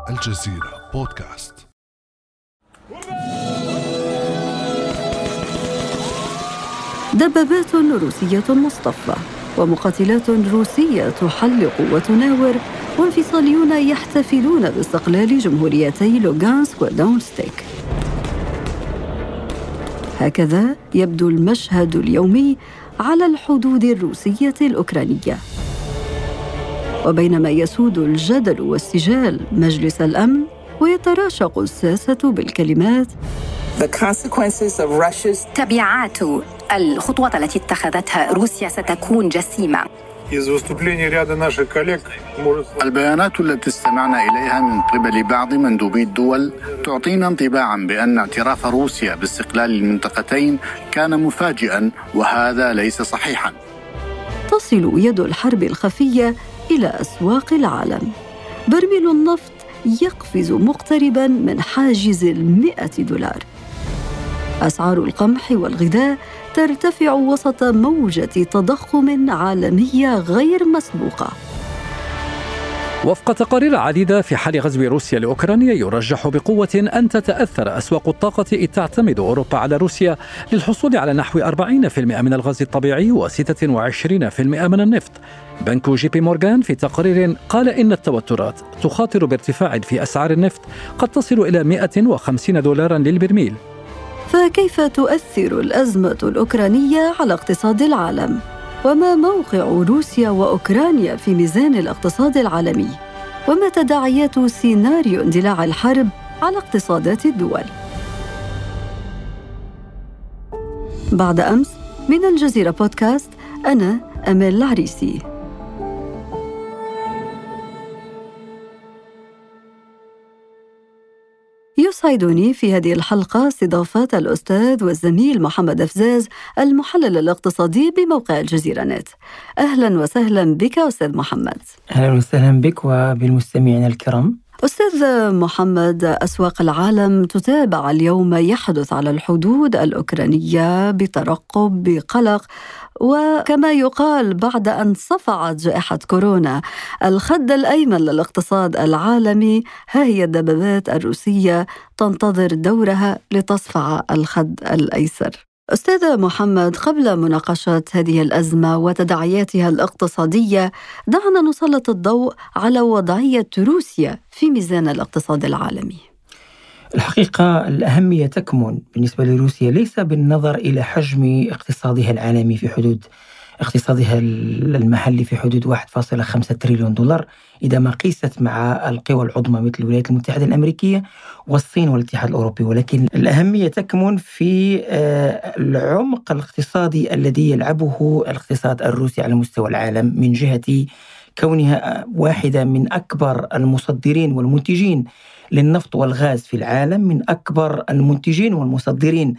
الجزيرة بودكاست. دبابات روسية مصطفى ومقاتلات روسية تحلق وتناور، وانفصاليون يحتفلون باستقلال جمهوريتي لوغانسك ودونستيك. هكذا يبدو المشهد اليومي على الحدود الروسية الأوكرانية. وبينما يسود الجدل واستجال مجلس الأمن ويتراشق الساسة بالكلمات تبعات الخطوات التي اتخذتها روسيا ستكون جسيمة. البيانات التي استمعنا إليها من قبل بعض مندوبي الدول تعطينا انطباعا بأن اعتراف روسيا باستقلال المنطقتين كان مفاجئا، وهذا ليس صحيحا. تصل يد الحرب الخفية إلى أسواق العالم. برميل النفط يقفز مقتربا من حاجز $100. أسعار القمح والغذاء ترتفع وسط موجة تضخم عالمية غير مسبوقة. وفق تقارير عديدة، في حال غزو روسيا لأوكرانيا يرجح بقوة أن تتأثر أسواق الطاقة إذ تعتمد أوروبا على روسيا للحصول على نحو 40% من الغاز الطبيعي و26% من النفط. بنك جي بي مورغان في تقرير قال إن التوترات تخاطر بارتفاع في أسعار النفط قد تصل إلى $150 للبرميل. فكيف تؤثر الأزمة الأوكرانية على اقتصاد العالم؟ وما موقع روسيا وأوكرانيا في ميزان الاقتصاد العالمي؟ وما تداعيات سيناريو اندلاع الحرب على اقتصادات الدول؟ بعد أمس من الجزيرة بودكاست، أنا أمال العريسي. يسعدني في هذه الحلقة استضافة الأستاذ والزميل محمد أفزاز، المحلل الاقتصادي بموقع الجزيرة نت. أهلا وسهلا بك أستاذ محمد. أهلا وسهلا بك وبالمستمعين الكرام. أستاذ محمد، أسواق العالم تتابع اليوم ما يحدث على الحدود الأوكرانية بترقب، بقلق، وكما يقال بعد أن صفعت جائحة كورونا الخد الأيمن للاقتصاد العالمي، ها هي الدبابات الروسية تنتظر دورها لتصفع الخد الأيسر. أستاذ محمد، قبل مناقشة هذه الأزمة وتداعياتها الاقتصادية، دعنا نسلط الضوء على وضعية روسيا في ميزان الاقتصاد العالمي. الحقيقة الأهمية تكمن بالنسبة لروسيا ليس بالنظر إلى حجم اقتصادها العالمي في حدود اقتصادها المحلي في حدود $1.5 تريليون إذا ما قيست مع القوى العظمى مثل الولايات المتحدة الأمريكية والصين والاتحاد الأوروبي، ولكن الأهمية تكمن في العمق الاقتصادي الذي يلعبه الاقتصاد الروسي على مستوى العالم، من جهة كونها واحدة من أكبر المصدرين والمنتجين للنفط والغاز في العالم، من أكبر المنتجين والمصدرين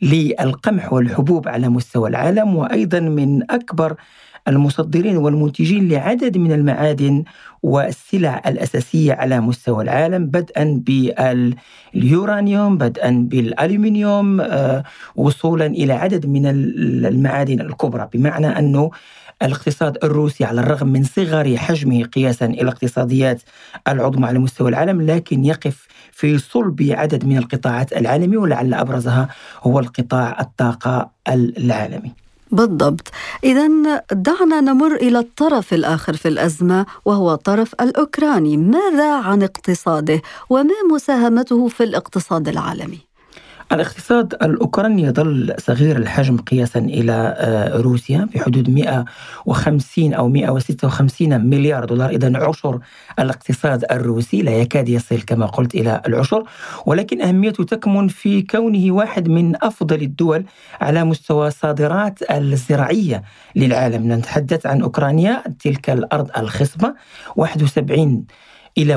للقمح والحبوب على مستوى العالم، وأيضا من أكبر المصدرين والمنتجين لعدد من المعادن والسلع الأساسية على مستوى العالم، بدءا باليورانيوم، بدءا بالألومنيوم، وصولا إلى عدد من المعادن الكبرى. بمعنى أنه الاقتصاد الروسي على الرغم من صغر حجمه قياسا إلى الاقتصاديات العظمى على مستوى العالم، لكن يقف في صلب عدد من القطاعات العالمية، ولعل أبرزها هو القطاع الطاقة العالمي. بالضبط. إذن دعنا نمر إلى الطرف الآخر في الأزمة، وهو الطرف الأوكراني. ماذا عن اقتصاده وما مساهمته في الاقتصاد العالمي؟ الاقتصاد الأوكراني يظل صغير الحجم قياسا إلى روسيا في حدود 150 أو $156 مليار، إذن عشر الاقتصاد الروسي، لا يكاد يصل كما قلت إلى العشر، ولكن أهميته تكمن في كونه واحد من أفضل الدول على مستوى الصادرات الزراعية للعالم. نتحدث عن أوكرانيا، تلك الأرض الخصبة، 71 إلى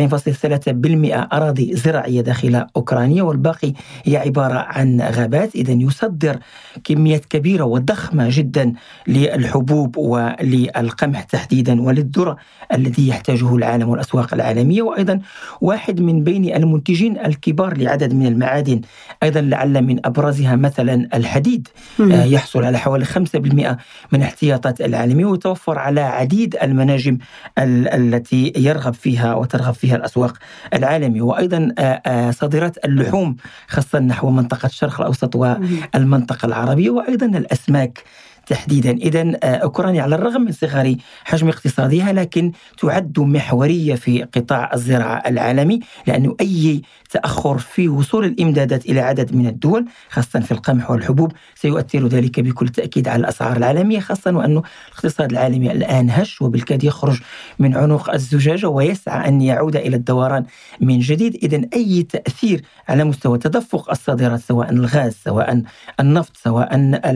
71.3% أراضي زراعية داخل أوكرانيا، والباقي هي عبارة عن غابات. إذن يصدر كميات كبيرة وضخمة جدا للحبوب وللقمح تحديدا وللذرة الذي يحتاجه العالم والأسواق العالمية، وأيضا واحد من بين المنتجين الكبار لعدد من المعادن، أيضا لعل من أبرزها مثلا الحديد، يحصل على حوالي 5% من احتياطات العالمية، ويتوفر على عديد المناجم التي يرغب فيها فيها وترغب فيها الأسواق العالمية. وأيضا صادرات اللحوم خاصة نحو منطقة الشرق الأوسط والمنطقة العربية، وأيضا الأسماك تحديدا. إذن أوكرانيا على الرغم من صغر حجم اقتصادها لكن تعد محورية في قطاع الزراعة العالمي، لأنه أي تأخر في وصول الإمدادات إلى عدد من الدول خاصة في القمح والحبوب سيؤثر ذلك بكل تأكيد على الأسعار العالمية، خاصة وأنه الاقتصاد العالمي الآن هش وبالكاد يخرج من عنق الزجاجة ويسعى أن يعود إلى الدوران من جديد. إذن أي تأثير على مستوى تدفق الصادرات سواء الغاز سواء النفط سواء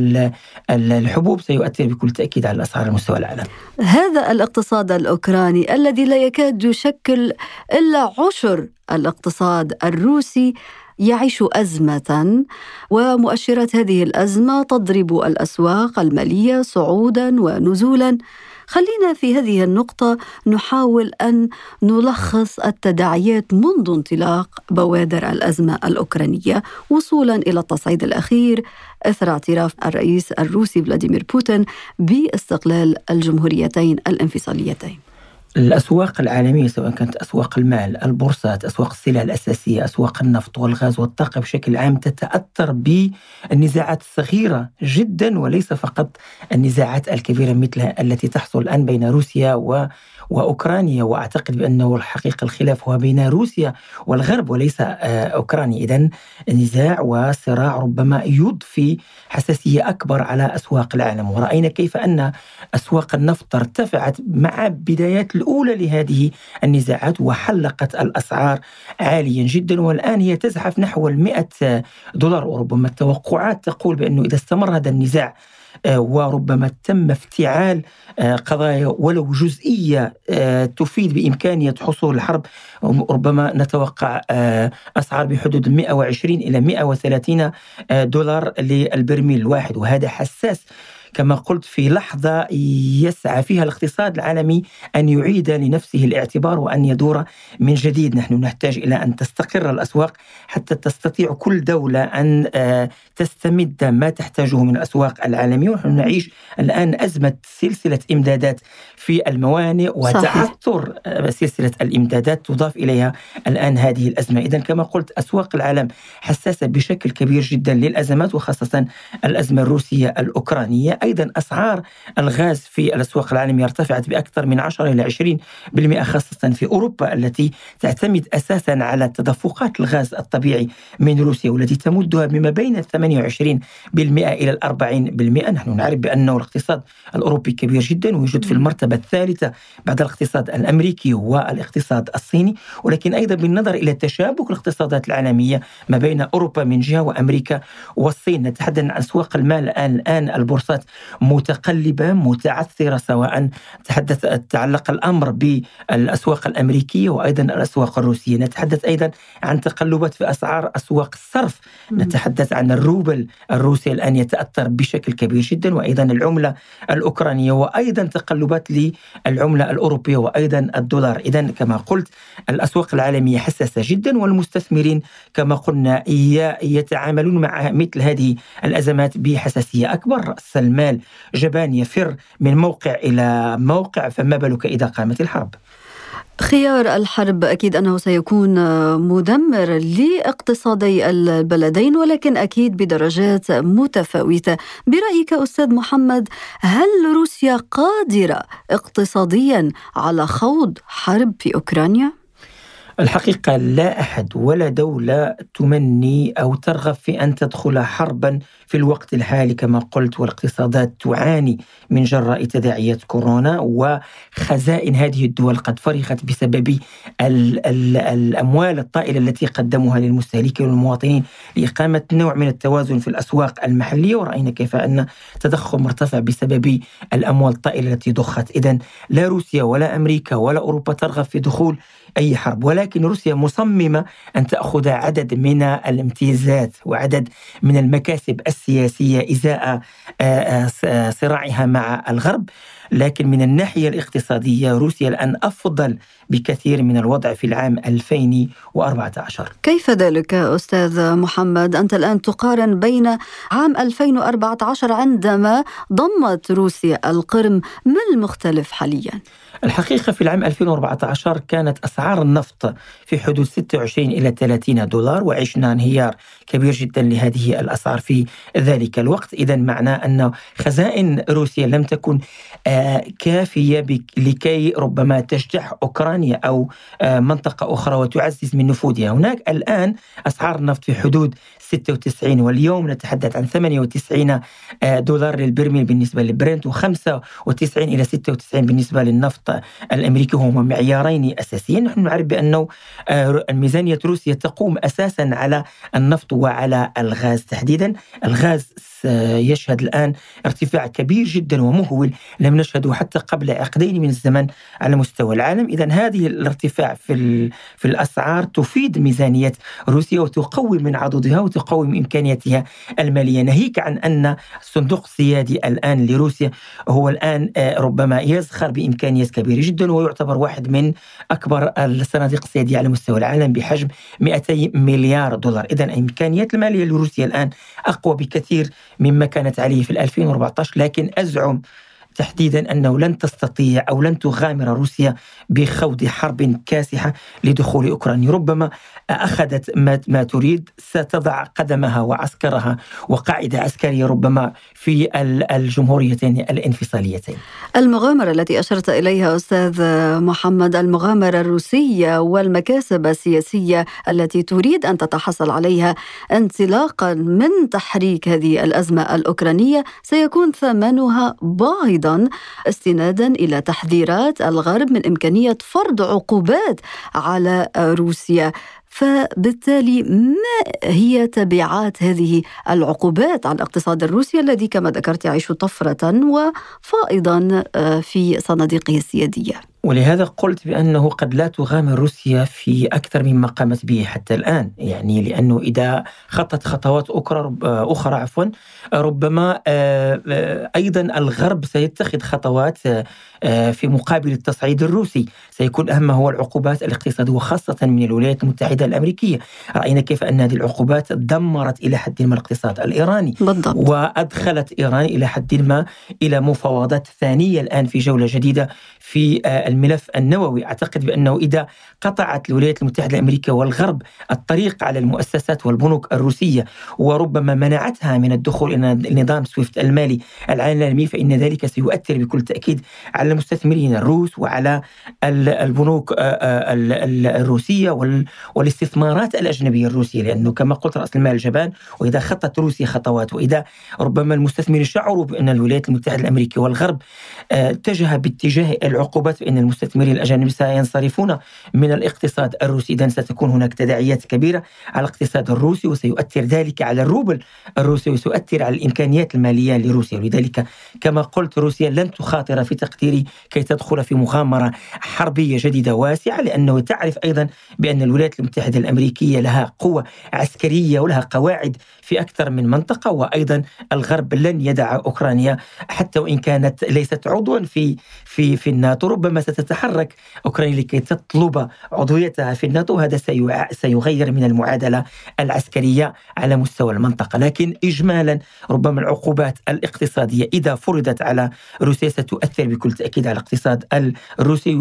الحبوب سيؤثر بكل تأكيد على الأسعار على مستوى العالم. هذا الاقتصاد الأوكراني الذي لا يكاد يشكل إلا عشر الاقتصاد الروسي يعيش أزمة، ومؤشرات هذه الأزمة تضرب الأسواق المالية صعودا ونزولا. خلينا في هذه النقطة نحاول أن نلخص التداعيات منذ انطلاق بوادر الأزمة الأوكرانية وصولا إلى التصعيد الأخير إثر اعتراف الرئيس الروسي فلاديمير بوتين باستقلال الجمهوريتين الانفصاليتين. الأسواق العالمية سواء كانت أسواق المال، البورصات، أسواق السلع الأساسية، أسواق النفط والغاز والطاقة بشكل عام تتأثر بالنزاعات الصغيرة جدا وليس فقط النزاعات الكبيرة مثل التي تحصل الآن بين روسيا وأوكرانيا. وأعتقد بأنه الحقيقة الخلاف هو بين روسيا والغرب وليس أوكرانيا. إذن نزاع وصراع ربما يضفي حساسية أكبر على أسواق العالم. ورأينا كيف أن أسواق النفط ارتفعت مع بدايات الأولى لهذه النزاعات وحلقت الأسعار عاليا جدا، والآن هي تزحف نحو $100. وربما التوقعات تقول بأنه إذا استمر هذا النزاع وربما تم افتعال قضايا ولو جزئية تفيد بإمكانية حصول الحرب، ربما نتوقع أسعار بحدود $120 إلى $130 للبرميل الواحد. وهذا حساس كما قلت في لحظة يسعى فيها الاقتصاد العالمي أن يعيد لنفسه الاعتبار وأن يدور من جديد. نحن نحتاج إلى أن تستقر الأسواق حتى تستطيع كل دولة أن تستمد ما تحتاجه من الأسواق العالمية. ونحن نعيش الآن أزمة سلسلة إمدادات في الموانئ وتعثر سلسلة الإمدادات تضاف إليها الآن هذه الأزمة. إذن كما قلت أسواق العالم حساسة بشكل كبير جدا للأزمات وخاصة الأزمة الروسية الأوكرانية. أيضا أسعار الغاز في الأسواق العالمية ارتفعت بأكثر من 10 إلى 20% خاصة في أوروبا التي تعتمد أساسا على تدفقات الغاز الطبيعي من روسيا والتي تمدها بما بين 28% إلى 40%. نحن نعرف بأنه الاقتصاد الأوروبي كبير جدا ويوجد في المرتبة الثالثة بعد الاقتصاد الأمريكي والاقتصاد الصيني، ولكن أيضا بالنظر إلى تشابك الاقتصادات العالمية ما بين أوروبا من جهة وأمريكا والصين. نتحدث عن أسواق المال الآن البورصات متقلبة متعثرة، سواء تعلق الأمر بالأسواق الأمريكية وأيضا الأسواق الروسية. نتحدث أيضا عن تقلبات في أسعار أسواق الصرف، نتحدث عن الروبل الروسي الآن يتأثر بشكل كبير جدا، وأيضا العملة الأوكرانية، وأيضا تقلبات للعملة الأوروبية وأيضا الدولار. إذن كما قلت الأسواق العالمية حساسة جدا، والمستثمرين كما قلنا يتعاملون مع مثل هذه الأزمات بحساسية أكبر. رأس المال جبان يفر من موقع إلى موقع، فما بالك إذا قامت الحرب. خيار الحرب أكيد أنه سيكون مدمر لاقتصادي البلدين، ولكن أكيد بدرجات متفاوتة. برأيك أستاذ محمد، هل روسيا قادرة اقتصاديا على خوض حرب في أوكرانيا؟ الحقيقة لا أحد ولا دولة تمني أو ترغب في أن تدخل حربا في الوقت الحالي كما قلت، والاقتصادات تعاني من جراء تداعيات كورونا، وخزائن هذه الدول قد فرغت بسبب الأموال الطائلة التي قدموها للمستهلكين والمواطنين لإقامة نوع من التوازن في الأسواق المحلية. ورأينا كيف أن تضخم مرتفع بسبب الأموال الطائلة التي ضخت. إذن لا روسيا ولا أمريكا ولا أوروبا ترغب في دخول أي حرب، ولكن ولكن روسيا مصممة أن تأخذ عدد من الامتيازات وعدد من المكاسب السياسية إزاء صراعها مع الغرب. لكن من الناحية الاقتصادية روسيا الآن أفضل بكثير من الوضع في العام 2014. كيف ذلك أستاذ محمد؟ أنت الآن تقارن بين عام 2014 عندما ضمت روسيا القرم، ما المختلف حاليا؟ الحقيقة في العام 2014 كانت أسعار النفط في حدود 26 إلى 30 دولار، وعشنا انهيار كبير جدا لهذه الأسعار في ذلك الوقت. إذن معناه أن خزائن روسيا لم تكن كافية لكي ربما تجتاح أوكرانيا أو منطقة أخرى وتعزز من نفوذها هناك. الآن أسعار النفط في حدود 96، واليوم نتحدث عن 98 دولار للبرميل بالنسبة للبرنت، و95 إلى 96 بالنسبة للنفط الأمريكي. هما معيارين أساسيين. نحن نعرف بأنه الميزانية روسيا تقوم أساسا على النفط وعلى الغاز تحديدا. الغاز يشهد الآن ارتفاع كبير جدا ومهول لم نشهده حتى قبل عقدين من الزمن على مستوى العالم. إذن هذه الارتفاع في الأسعار تفيد ميزانية روسيا وتقوي من عضدها وتقوي من إمكانياتها المالية، ناهيك عن أن الصندوق السيادي الآن لروسيا هو الآن ربما يزخر بإمكانيات كبيرة جدا، ويعتبر واحد من أكبر الصناديق السيادية على مستوى العالم بحجم 200 مليار دولار. إذن الإمكانيات المالية لروسيا الآن أقوى بكثير مما كانت عليه في 2014. لكن أزعم تحديدا أنه لن تستطيع أو لن تغامر روسيا بخوض حرب كاسحة لدخول أوكرانيا. ربما أخذت ما تريد، ستضع قدمها وعسكرها وقاعدة عسكرية ربما في الجمهوريتين الانفصاليتين. المغامرة التي أشرت إليها أستاذ محمد، المغامرة الروسية والمكاسب السياسية التي تريد أن تتحصل عليها انطلاقا من تحريك هذه الأزمة الأوكرانية، سيكون ثمنها باهظ استنادا إلى تحذيرات الغرب من إمكانية فرض عقوبات على روسيا. فبالتالي ما هي تبعات هذه العقوبات على الاقتصاد الروسي الذي كما ذكرت يعيش طفرة وفائضا في صناديقه السيادية؟ ولهذا قلت بأنه قد لا تغامر روسيا في أكثر مما قامت به حتى الآن، يعني لأنه إذا خطت خطوات أخرى ربما أيضا الغرب سيتخذ خطوات في مقابل التصعيد الروسي. سيكون أهم هو العقوبات الاقتصادية وخاصة من الولايات المتحدة الأمريكية. رأينا كيف أن هذه العقوبات دمرت إلى حد ما الاقتصاد الإيراني بالضبط. وأدخلت إيران إلى حد ما إلى مفاوضات ثانية الآن في جولة جديدة في الملف النووي. أعتقد بأنه إذا قطعت الولايات المتحدة الأمريكية والغرب الطريق على المؤسسات والبنوك الروسية وربما منعتها من الدخول إلى نظام سويفت المالي العالمي، فإن ذلك سيؤثر بكل تأكيد على المستثمرين الروس وعلى البنوك الروسية والاستثمارات الأجنبية الروسية، لأنه كما قلت رأس المال جبان. وإذا خطت روسيا خطوات، وإذا ربما المستثمرين شعروا بأن الولايات المتحدة الأمريكية والغرب اتجه باتجاه العقوبات، فإن المستثمرين الأجانب سينصرفون من الاقتصاد الروسي. إذن ستكون هناك تداعيات كبيرة على الاقتصاد الروسي، وسيؤثر ذلك على الروبل الروسي، وسيؤثر على الإمكانيات المالية لروسيا. ولذلك كما قلت روسيا لن تخاطر في تقديري كي تدخل في مغامرة حربية جديدة واسعة، لأنه تعرف أيضا بأن الولايات المتحدة الأمريكية لها قوة عسكرية ولها قواعد في أكثر من منطقة. وأيضا الغرب لن يدع أوكرانيا حتى وإن كانت ليست عضوا في الناتو. ربما ستتحرك أوكرانيا لكي تطلب عضويتها في الناتو، وهذا سيغير من المعادلة العسكرية على مستوى المنطقة. لكن إجمالا ربما العقوبات الاقتصادية إذا فرضت على روسيا ستؤثر بكل تأكيد على الاقتصاد الروسي،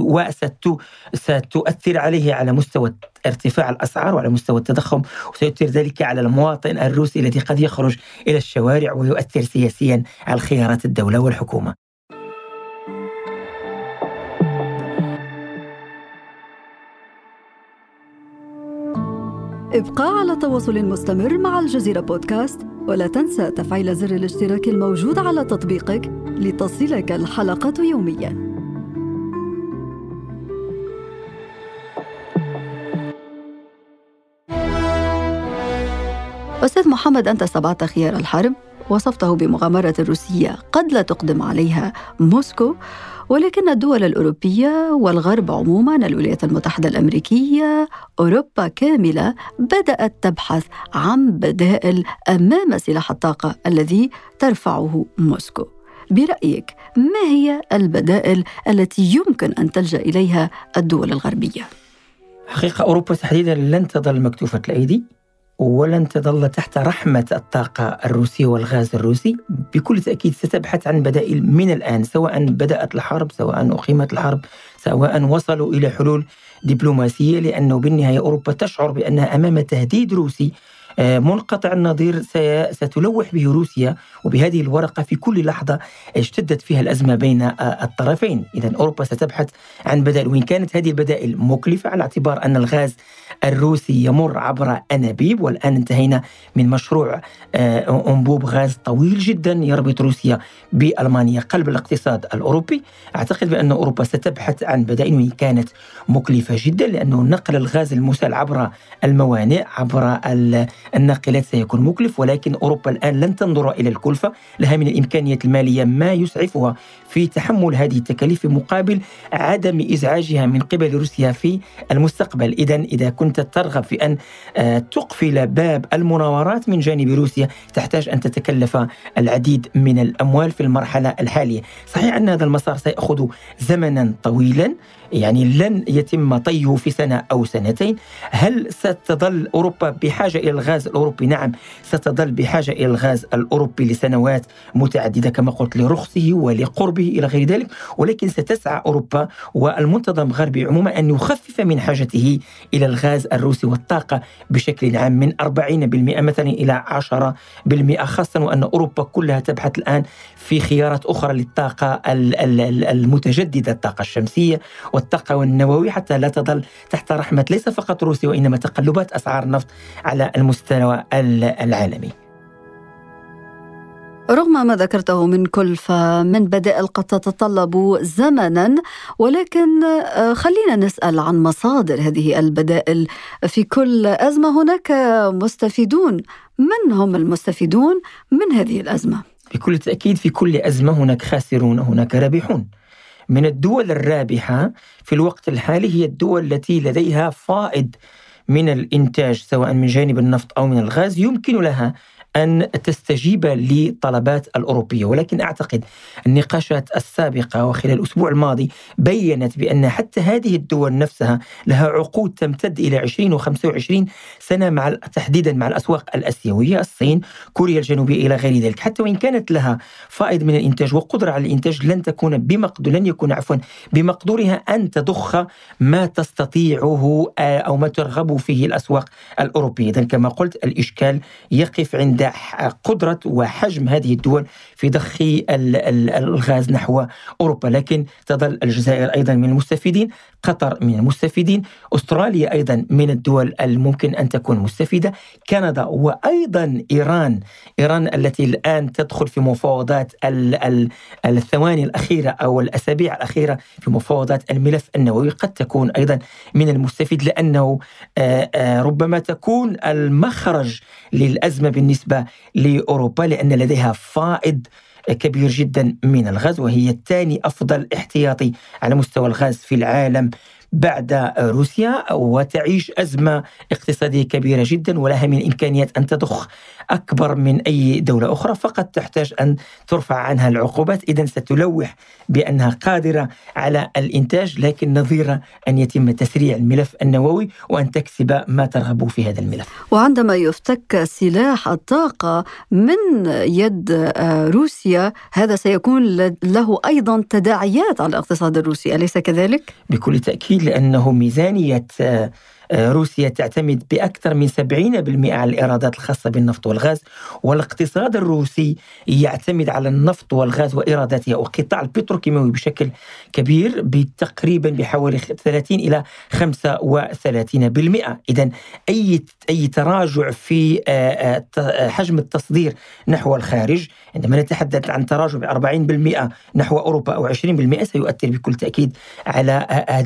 وستؤثر عليه على مستوى ارتفاع الأسعار وعلى مستوى التضخم، وسيؤثر ذلك على المواطن الروسي الذي قد يخرج إلى الشوارع ويؤثر سياسيا على خيارات الدولة والحكومة. ابقى على تواصل مستمر مع الجزيرة بودكاست، ولا تنسى تفعيل زر الاشتراك الموجود على تطبيقك لتصلك الحلقة يومياً. أستاذ محمد، أنت استبعدت خيار الحرب وصفته بمغامرة روسية قد لا تقدم عليها موسكو، ولكن الدول الأوروبية والغرب عموما، الولايات المتحدة الأمريكية، أوروبا كاملة بدأت تبحث عن بدائل أمام سلاح الطاقة الذي ترفعه موسكو. برأيك ما هي البدائل التي يمكن أن تلجأ إليها الدول الغربية؟ حقيقة أوروبا تحديدا لن تظل مكتوفة الأيدي ولن تظل تحت رحمة الطاقة الروسية والغاز الروسي. بكل تأكيد ستبحث عن بدائل من الآن، سواء بدأت الحرب، سواء أقيمت الحرب، سواء وصلوا إلى حلول دبلوماسية، لأنه بالنهاية أوروبا تشعر بأنها أمام تهديد روسي منقطع النظير ستلوح به روسيا، وبهذه الورقة في كل لحظة اشتدت فيها الأزمة بين الطرفين. إذن أوروبا ستبحث عن بدائل، وإن كانت هذه البدائل مكلفة على اعتبار أن الغاز الروسي يمر عبر أنابيب، والآن انتهينا من مشروع أنبوب غاز طويل جدا يربط روسيا بألمانيا قلب الاقتصاد الأوروبي. أعتقد بأن أوروبا ستبحث عن بدائل وإن كانت مكلفة جدا، لأنه نقل الغاز المسال عبر الموانئ عبر الناقلات سيكون مكلف، ولكن أوروبا الآن لن تنظر إلى الكلفة، لها من الإمكانيات المالية ما يسعفها في تحمل هذه التكاليف مقابل عدم إزعاجها من قبل روسيا في المستقبل. إذا كنت ترغب في أن تقفل باب المناورات من جانب روسيا، تحتاج أن تتكلف العديد من الأموال في المرحلة الحالية. صحيح أن هذا المسار سيأخذ زمنا طويلا، يعني لن يتم طيه في سنة أو سنتين. هل ستظل أوروبا بحاجة إلى الغاز الأوروبي؟ نعم، ستظل بحاجة إلى الغاز الأوروبي لسنوات متعددة كما قلت، لرخصه ولقربه إلى غير ذلك، ولكن ستسعى أوروبا والمنتظم الغربي عموما أن يخفف من حاجته إلى الغاز الروسي والطاقة بشكل عام من 40% مثلا إلى 10%، خاصة وأن أوروبا كلها تبحث الآن في خيارات أخرى للطاقة المتجددة، الطاقة الشمسية والطاقة والنووي، حتى لا تظل تحت رحمة ليس فقط روسيا وإنما تقلبات أسعار النفط على المستوى العالمي. رغم ما ذكرته من كلفة من بدائل قد تتطلب زمنا، ولكن خلينا نسأل عن مصادر هذه البدائل. في كل أزمة هناك مستفيدون. من هم المستفيدون من هذه الأزمة؟ بكل تأكيد في كل أزمة هناك خاسرون وهناك رابحون. من الدول الرابحة في الوقت الحالي هي الدول التي لديها فائض من الإنتاج سواء من جانب النفط أو من الغاز، يمكن لها أن تستجيب لطلبات الأوروبية. ولكن أعتقد النقاشات السابقة وخلال الأسبوع الماضي بيّنت بأن حتى هذه الدول نفسها لها عقود تمتد إلى 20 و25 سنة تحديدا مع الأسواق الآسيوية، الصين، كوريا الجنوبية إلى غير ذلك. حتى وإن كانت لها فائض من الإنتاج وقدرة على الإنتاج، لن يكون بمقدورها أن تضخ ما تستطيعه أو ما ترغب فيه الأسواق الأوروبية. إذن كما قلت الإشكال يقف عند قدرة وحجم هذه الدول في ضخ الغاز نحو أوروبا. لكن تظل الجزائر أيضا من المستفيدين، قطر من المستفيدين، أستراليا أيضا من الدول الممكن أن تكون مستفيدة، كندا، وأيضا إيران التي الآن تدخل في مفاوضات الثواني الأخيرة أو الأسابيع الأخيرة في مفاوضات الملف النووي، قد تكون أيضا من المستفيد، لأنه ربما تكون المخرج للأزمة بالنسبة لأوروبا، لأن لديها فائض كبير جدا من الغاز، وهي الثاني أفضل احتياطي على مستوى الغاز في العالم بعد روسيا، وتعيش أزمة اقتصادية كبيرة جدا ولها من الإمكانيات أن تضخ أكبر من أي دولة أخرى، فقط تحتاج أن ترفع عنها العقوبات. إذن ستلوح بأنها قادرة على الإنتاج، لكن نظيرة أن يتم تسريع الملف النووي وأن تكسب ما ترغب في هذا الملف. وعندما يفتك سلاح الطاقة من يد روسيا، هذا سيكون له أيضا تداعيات على الاقتصاد الروسي، أليس كذلك؟ بكل تأكيد، لأنه ميزانية روسيا تعتمد بأكثر من 70% على الإيرادات الخاصة بالنفط والغاز، والاقتصاد الروسي يعتمد على النفط والغاز وإيراداتها، وقطاع البتروكيماوي بشكل كبير بتقريبا بحوالي 30 إلى 35%. إذن أي تراجع في حجم التصدير نحو الخارج، عندما نتحدث عن تراجع ب40% نحو أوروبا أو 20%، سيؤثر بكل تأكيد على هذه الأحجام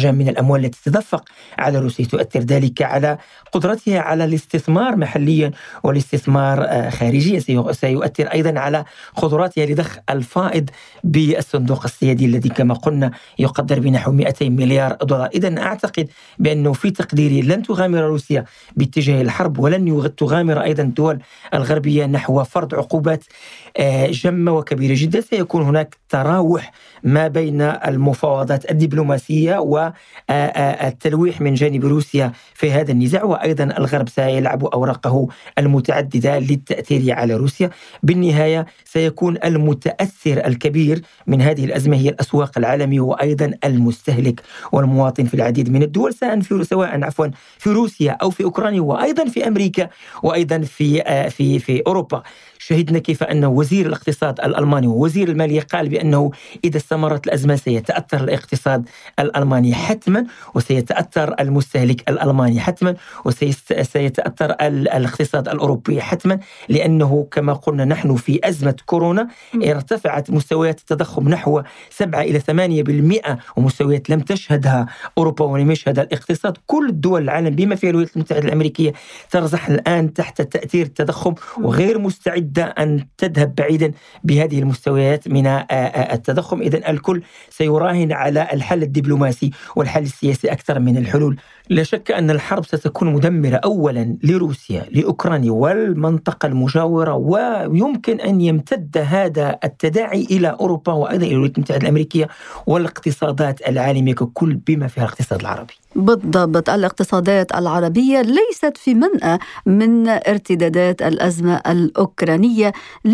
الحجم من الأموال التي تدفق على روسيا. تؤثر ذلك على قدرتها على الاستثمار محليا والاستثمار خارجيا. سيؤثر أيضا على قدراتها لضخ الفائض بالصندوق السيادي الذي كما قلنا يقدر بنحو 200 مليار دولار. إذن أعتقد بأنه في تقديري لن تغامر روسيا باتجاه الحرب، ولن تغامر أيضا الدول الغربية نحو فرض عقوبات جمة وكبيرة جدا. سيكون هناك تراوح ما بين المفاوضات الدبلوماسية والتلويح من جانب روسيا في هذا النزاع، وأيضا الغرب سيلعب أوراقه المتعددة للتأثير على روسيا. بالنهاية سيكون المتأثر الكبير من هذه الأزمة هي الأسواق العالمية وأيضا المستهلك والمواطن في العديد من الدول، سواء في روسيا أو في أوكرانيا وأيضا في أمريكا وأيضا في أوروبا. شهدنا كيف أن وزير الاقتصاد الألماني ووزير المالية قال بأنه إذا استمرت الأزمة سيتأثر الاقتصاد الألماني حتما، وسيتأثر المستهلك الألماني حتما، وسيتأثر الاقتصاد الأوروبي حتما، لأنه كما قلنا نحن في أزمة كورونا ارتفعت مستويات التضخم نحو 7 إلى 8%، ومستويات لم تشهدها أوروبا ولم يشهدها الاقتصاد. كل دول العالم بما فيها الولايات المتحدة الأمريكية ترزح الآن تحت تأثير التضخم وغير مستعدة أن تذهب بعيدا بهذه المستويات من التضخم. إذن الكل سيراهن على الحل الدبلوماسي والحل السياسي أكثر من الحلول. لا شك أن الحرب ستكون مدمرة أولا لروسيا لأوكرانيا والمنطقة المجاورة، ويمكن أن يمتد هذا التداعي إلى أوروبا وأيضا إلى الولايات المتحدة الأمريكية والاقتصادات العالمية ككل بما فيها الاقتصاد العربي. بالضبط، الاقتصادات العربية ليست في منأى من ارتدادات الأزمة الأوكرانية.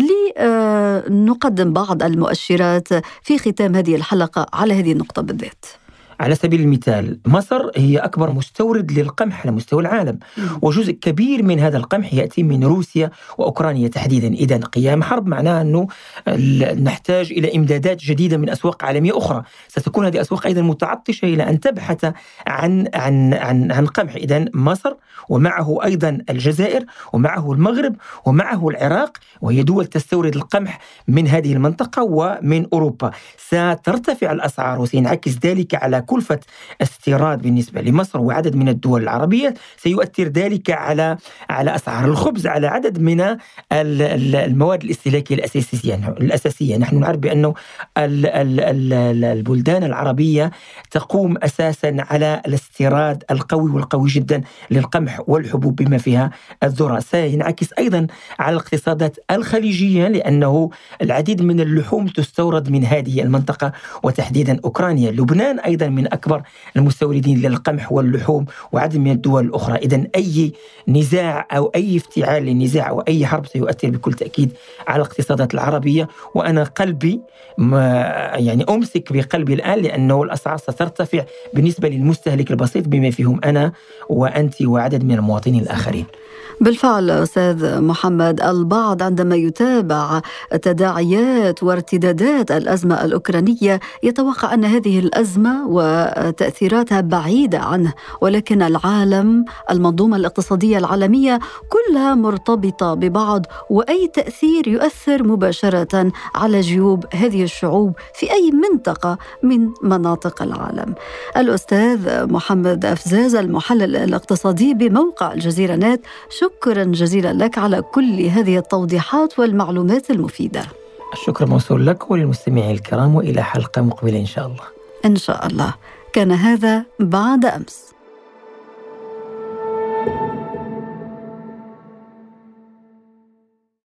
لنقدم بعض المؤشرات في ختام هذه الحلقة على هذه النقطة بالذات. على سبيل المثال مصر هي أكبر مستورد للقمح على مستوى العالم، وجزء كبير من هذا القمح يأتي من روسيا وأوكرانيا تحديدا. إذن قيام حرب معناه أنه نحتاج إلى إمدادات جديدة من أسواق عالمية أخرى. ستكون هذه الأسواق أيضا متعطشة إلى أن تبحث عن قمح. إذن مصر ومعه أيضا الجزائر ومعه المغرب ومعه العراق، وهي دول تستورد القمح من هذه المنطقة ومن أوروبا. سترتفع الأسعار وسينعكس ذلك على كلفة استيراد بالنسبة لمصر وعدد من الدول العربية. سيؤثر ذلك على أسعار الخبز، على عدد من المواد الاستهلاكية الأساسية. نحن نعرف بأنه البلدان العربية تقوم أساسا على الاستيراد القوي والقوي جدا للقمح والحبوب بما فيها الذرة. سينعكس أيضا على الاقتصادات الخليجية، لأنه العديد من اللحوم تستورد من هذه المنطقة وتحديدا أوكرانيا. لبنان أيضا من أكبر المستوردين للقمح واللحوم وعدد من الدول الأخرى. إذن أي نزاع أو أي افتعال للنزاع أو أي حرب سيؤثر بكل تأكيد على الاقتصادات العربية. وأنا قلبي أمسك بقلبي الآن، لأنه الأسعار سترتفع بالنسبة للمستهلك البسيط بما فيهم أنا وأنت وعدد من المواطنين الآخرين. بالفعل أستاذ محمد، البعض عندما يتابع تداعيات وارتدادات الأزمة الأوكرانية يتوقع أن هذه الأزمة وتأثيراتها بعيدة عنه، ولكن العالم، المنظومة الاقتصادية العالمية كلها مرتبطة ببعض، وأي تأثير يؤثر مباشرة على جيوب هذه الشعوب في أي منطقة من مناطق العالم. الأستاذ محمد أفزاز المحلل الاقتصادي بموقع الجزيرة نت، شكرا جزيلا لك على كل هذه التوضيحات والمعلومات المفيدة. الشكر موصول لك وللمستمعين الكرام، وإلى حلقة مقبلة إن شاء الله. إن شاء الله. كان هذا بعد أمس.